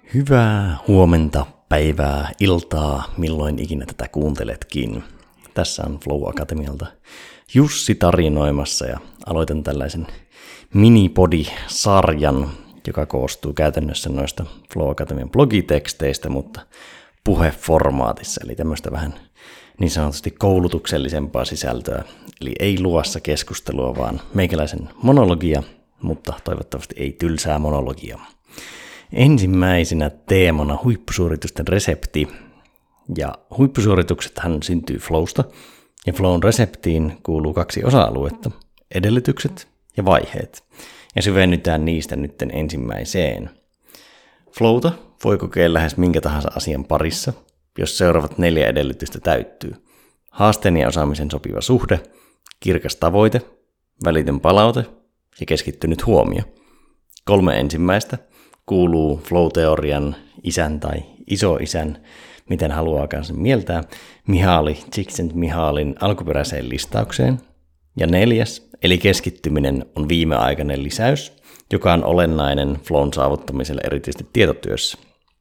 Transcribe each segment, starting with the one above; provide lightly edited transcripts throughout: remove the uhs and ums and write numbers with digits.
Hyvää huomenta, päivää, iltaa, milloin ikinä tätä kuunteletkin. Tässä on Flow Akatemialta Jussi tarinoimassa ja aloitan tällaisen minipodi-sarjan, joka koostuu käytännössä noista Flow Akatemian blogiteksteistä, mutta puheformaatissa, eli tämmöistä vähän niin sanotusti koulutuksellisempaa sisältöä. Eli ei luvassa keskustelua, vaan meikäläisen monologia, mutta toivottavasti ei tylsää monologia. Ensimmäisenä teemana huippusuoritusten resepti, ja huippusuorituksethan syntyy flowsta, ja flown reseptiin kuuluu 2 osa-aluetta, edellytykset ja vaiheet, ja syvennytään niistä nytten ensimmäiseen. Flowta voi kokeilla lähes minkä tahansa asian parissa, jos seuraavat 4 edellytystä täyttyy. Haasteen ja osaamisen sopiva suhde, kirkas tavoite, välitön palaute ja keskittynyt huomio. 3 ensimmäistä kuuluu flow-teorian isän tai isoisän, miten haluaakaan sen mieltää, Mihaly Csikszentmihalyin alkuperäiseen listaukseen. Ja 4, eli keskittyminen, on viimeaikainen lisäys, joka on olennainen flown saavuttamiselle erityisesti tietotyössä.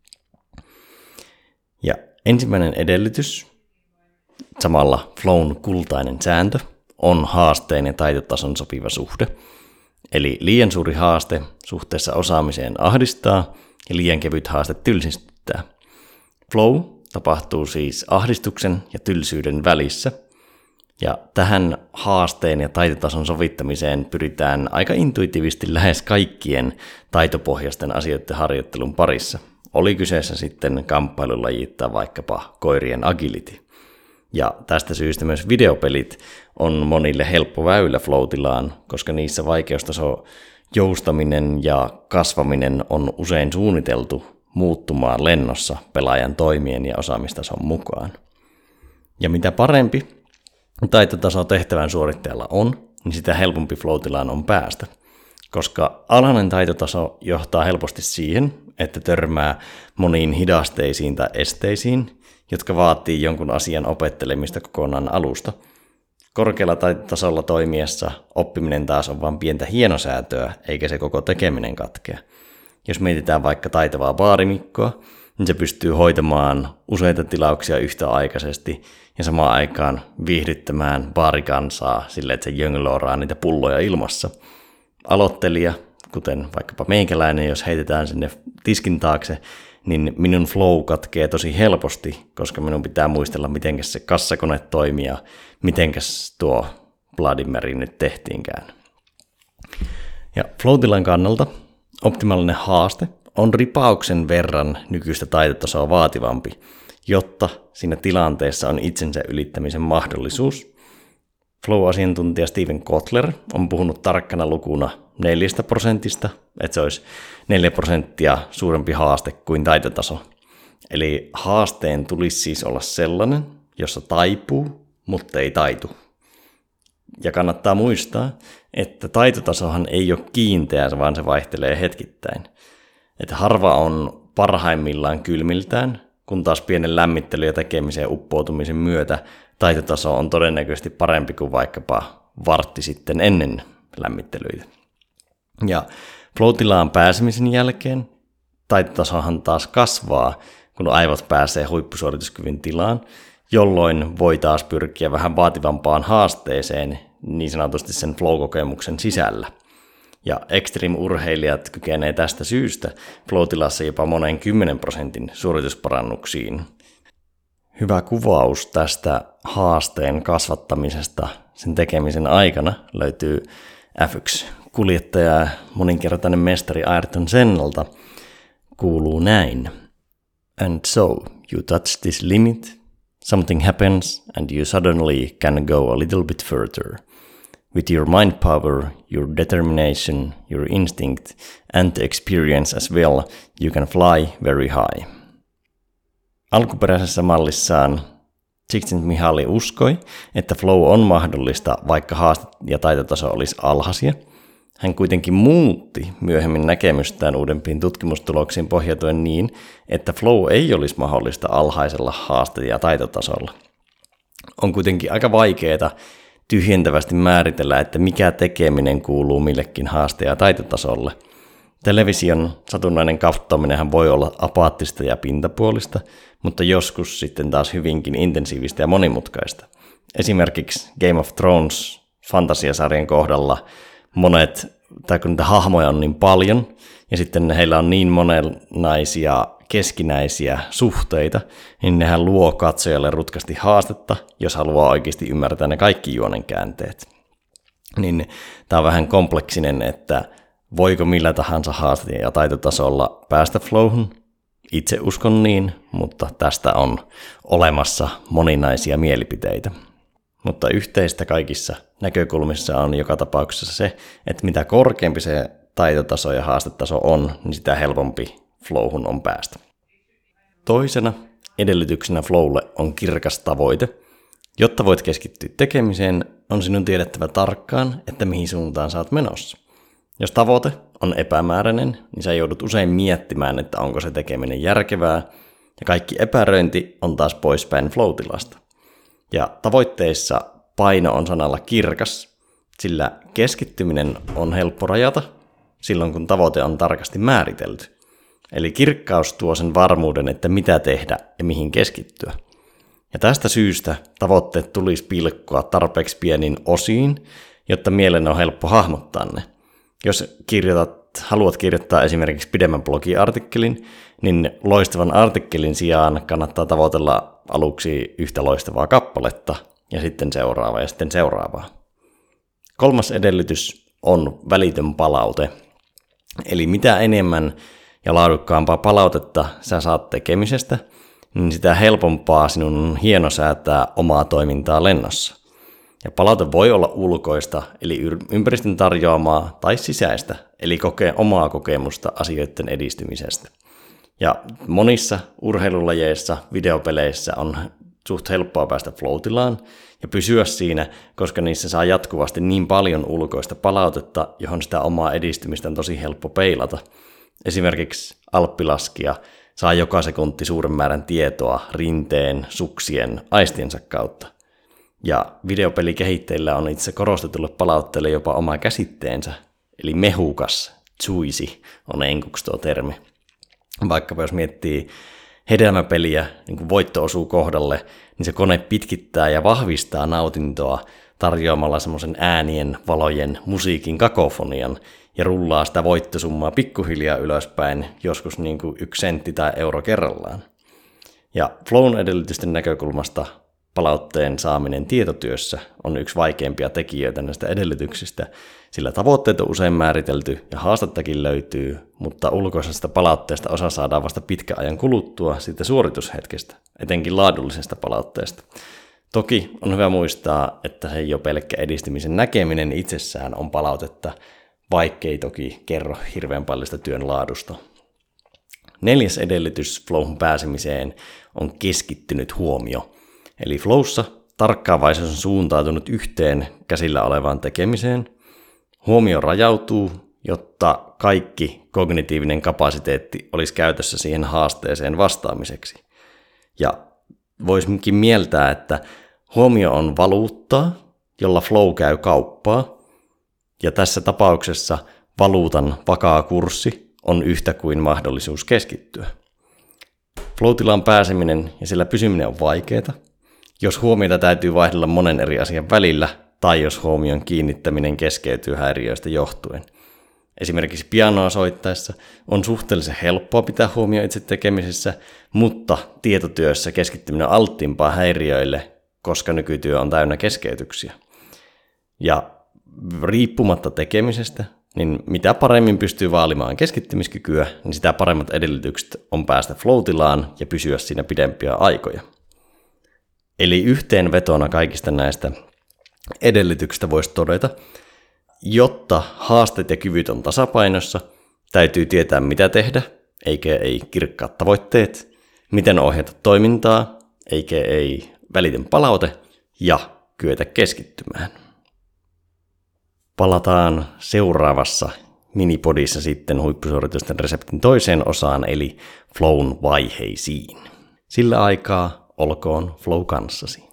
Ja ensimmäinen edellytys, samalla flown kultainen sääntö, on haasteen ja taitotason sopiva suhde. Eli liian suuri haaste suhteessa osaamiseen ahdistaa ja liian kevyt haaste tylsistyttää. Flow tapahtuu siis ahdistuksen ja tylsyyden välissä, ja tähän haasteen ja taitotason sovittamiseen pyritään aika intuitiivisesti lähes kaikkien taitopohjaisten asioiden harjoittelun parissa. Oli kyseessä sitten kamppailulajit tai vaikkapa koirien agility. Ja tästä syystä myös videopelit on monille helppo väylä flow-tilaan, koska niissä vaikeustaso joustaminen ja kasvaminen on usein suunniteltu muuttumaan lennossa pelaajan toimien ja osaamistason mukaan. Ja mitä parempi taitotaso tehtävän suorittajalla on, niin sitä helpompi flow-tilaan on päästä, koska alhainen taitotaso johtaa helposti siihen, että törmää moniin hidasteisiin tai esteisiin, jotka vaatii jonkun asian opettelemista kokonaan alusta. Korkealla taitotasolla toimiessa oppiminen taas on vain pientä hienosäätöä, eikä se koko tekeminen katkea. Jos mietitään vaikka taitavaa baarimikkoa, niin se pystyy hoitamaan useita tilauksia yhtäaikaisesti ja samaan aikaan viihdyttämään baarikansaa sille, että se jönglooraa niitä pulloja ilmassa. Aloittelija, kuten vaikkapa meikäläinen, jos heitetään sinne tiskin taakse, niin minun flow katkee tosi helposti, koska minun pitää muistella, mitenkäs se kassakone toimii ja mitenkäs tuo Bloody Mary nyt tehtiinkään. Ja flow-tilan kannalta optimaalinen haaste on ripauksen verran nykyistä taitotasoa vaativampi, jotta siinä tilanteessa on itsensä ylittämisen mahdollisuus. Flow-asiantuntija Steven Kotler on puhunut tarkkana lukuna 4%, että se olisi 4% suurempi haaste kuin taitotaso. Eli haasteen tulisi siis olla sellainen, jossa taipuu, mutta ei taitu. Ja kannattaa muistaa, että taitotasohan ei ole kiinteä, vaan se vaihtelee hetkittäin. Että harva on parhaimmillaan kylmiltään, kun taas pienen lämmittelyn ja tekemiseen uppoutumisen myötä taitotaso on todennäköisesti parempi kuin vaikkapa vartti sitten ennen lämmittelyitä. Ja flow-tilaan pääsemisen jälkeen taitotasohan taas kasvaa, kun aivot pääsee huippusuorituskyvyn tilaan, jolloin voi taas pyrkiä vähän vaativampaan haasteeseen niin sanotusti sen flow-kokemuksen sisällä. Ja extreme-urheilijat kykenevät tästä syystä flow-tilassa jopa monen 10% suoritusparannuksiin. Hyvä kuvaus tästä haasteen kasvattamisesta sen tekemisen aikana löytyy F1-kuljettaja ja moninkertainen mestari Ayrton Sennalta. Kuuluu näin. And so, you touch this limit, something happens and you suddenly can go a little bit further. With your mind power, your determination, your instinct and the experience as well, you can fly very high. Alkuperäisessä mallissaan Csikszentmihalyi uskoi, että flow on mahdollista, vaikka haaste ja taitotaso olisi alhaisia. Hän kuitenkin muutti myöhemmin näkemystään uudempiin tutkimustuloksiin pohjautuen niin, että flow ei olisi mahdollista alhaisella haaste- ja taitotasolla. On kuitenkin aika vaikeaa tyhjentävästi määritellä, että mikä tekeminen kuuluu millekin haaste- ja taitotasolle. Television satunnainen katsominenhan voi olla apaattista ja pintapuolista, mutta joskus sitten taas hyvinkin intensiivistä ja monimutkaista. Esimerkiksi Game of Thrones fantasiasarjan kohdalla kun niitä hahmoja on niin paljon, ja sitten heillä on niin monenlaisia keskinäisiä suhteita, niin nehän luo katsojalle rutkasti haastetta, jos haluaa oikeasti ymmärtää ne kaikki juonen käänteet. Niin tämä on vähän kompleksinen, että voiko millä tahansa haaste- ja taitotasolla päästä flowhun? Itse uskon niin, mutta tästä on olemassa moninaisia mielipiteitä. Mutta yhteistä kaikissa näkökulmissa on joka tapauksessa se, että mitä korkeampi se taitotaso ja haastetaso on, niin sitä helpompi flowhun on päästä. Toisena edellytyksenä flowlle on kirkas tavoite. Jotta voit keskittyä tekemiseen, on sinun tiedettävä tarkkaan, että mihin suuntaan sä oot menossa. Jos tavoite on epämääräinen, niin sä joudut usein miettimään, että onko se tekeminen järkevää, ja kaikki epäröinti on taas poispäin flow-tilasta. Ja tavoitteissa paino on sanalla kirkas, sillä keskittyminen on helppo rajata silloin, kun tavoite on tarkasti määritelty. Eli kirkkaus tuo sen varmuuden, että mitä tehdä ja mihin keskittyä. Ja tästä syystä tavoitteet tulisi pilkkoa tarpeeksi pieniin osiin, jotta mielen on helppo hahmottaa ne. Jos haluat kirjoittaa esimerkiksi pidemmän blogiartikkelin, niin loistavan artikkelin sijaan kannattaa tavoitella aluksi yhtä loistavaa kappaletta, ja sitten seuraavaa ja sitten seuraavaa. Kolmas edellytys on välitön palaute. Eli mitä enemmän ja laadukkaampaa palautetta sä saat tekemisestä, niin sitä helpompaa sinun on hienosäätää omaa toimintaa lennossa. Ja palaute voi olla ulkoista, eli ympäristön tarjoamaa, tai sisäistä, eli omaa kokemusta asioiden edistymisestä. Ja monissa urheilulajeissa, videopeleissä on suht helppoa päästä flow-tilaan ja pysyä siinä, koska niissä saa jatkuvasti niin paljon ulkoista palautetta, johon sitä omaa edistymistä on tosi helppo peilata. Esimerkiksi alppilaskija saa joka sekunti suuren määrän tietoa rinteen, suksien, aistiensa kautta. Ja videopelikehitteillä on itse korostetulle palautteelle jopa oma käsitteensä, eli mehukas, juicy on enkuksi tuo termi. Vaikkapa jos miettii hedelmäpeliä, niin kun voitto osuu kohdalle, niin se kone pitkittää ja vahvistaa nautintoa tarjoamalla semmoisen äänien, valojen, musiikin kakofonian ja rullaa sitä voittosummaa pikkuhiljaa ylöspäin, joskus niin kuin 1 sentti tai euro kerrallaan. Ja flown edellytysten näkökulmasta palautteen saaminen tietotyössä on yksi vaikeimpia tekijöitä näistä edellytyksistä, sillä tavoitteet on usein määritelty ja haastettakin löytyy, mutta ulkoisesta palautteesta osa saadaan vasta pitkän ajan kuluttua siitä suoritushetkestä, etenkin laadullisesta palautteesta. Toki on hyvä muistaa, että se jo pelkkä edistymisen näkeminen itsessään on palautetta, vaikkei toki kerro hirveän paljon sitä työn laadusta. 4. edellytys flowhun pääsemiseen on keskittynyt huomio. Eli flowssa tarkkaavaisuus on suuntautunut yhteen käsillä olevaan tekemiseen. Huomio rajautuu, jotta kaikki kognitiivinen kapasiteetti olisi käytössä siihen haasteeseen vastaamiseksi. Ja voisinkin mieltää, että huomio on valuuttaa, jolla flow käy kauppaa, ja tässä tapauksessa valuutan vakaa kurssi on yhtä kuin mahdollisuus keskittyä. Flow-tilaan pääseminen ja sillä pysyminen on vaikeaa, jos huomiota täytyy vaihdella monen eri asian välillä, tai jos huomion kiinnittäminen keskeytyy häiriöistä johtuen. Esimerkiksi pianoa soittaessa on suhteellisen helppoa pitää huomio itse tekemisessä, mutta tietotyössä keskittyminen on alttiimpaa häiriöille, koska nykytyö on täynnä keskeytyksiä. Ja riippumatta tekemisestä, niin mitä paremmin pystyy vaalimaan keskittymiskykyä, niin sitä paremmat edellytykset on päästä flow-tilaan ja pysyä siinä pidempiä aikoja. Eli yhteenvetona kaikista näistä edellytyksistä voisi todeta, jotta haasteet ja kyvyt on tasapainossa, täytyy tietää mitä tehdä, eikä ei kirkkaat tavoitteet, miten ohjata toimintaa, eikä ei välitön palaute ja kyetä keskittymään. Palataan seuraavassa minipodissa sitten huippusuoritusten reseptin toiseen osaan, eli flown vaiheisiin. Sillä aikaa olkoon flow kanssasi.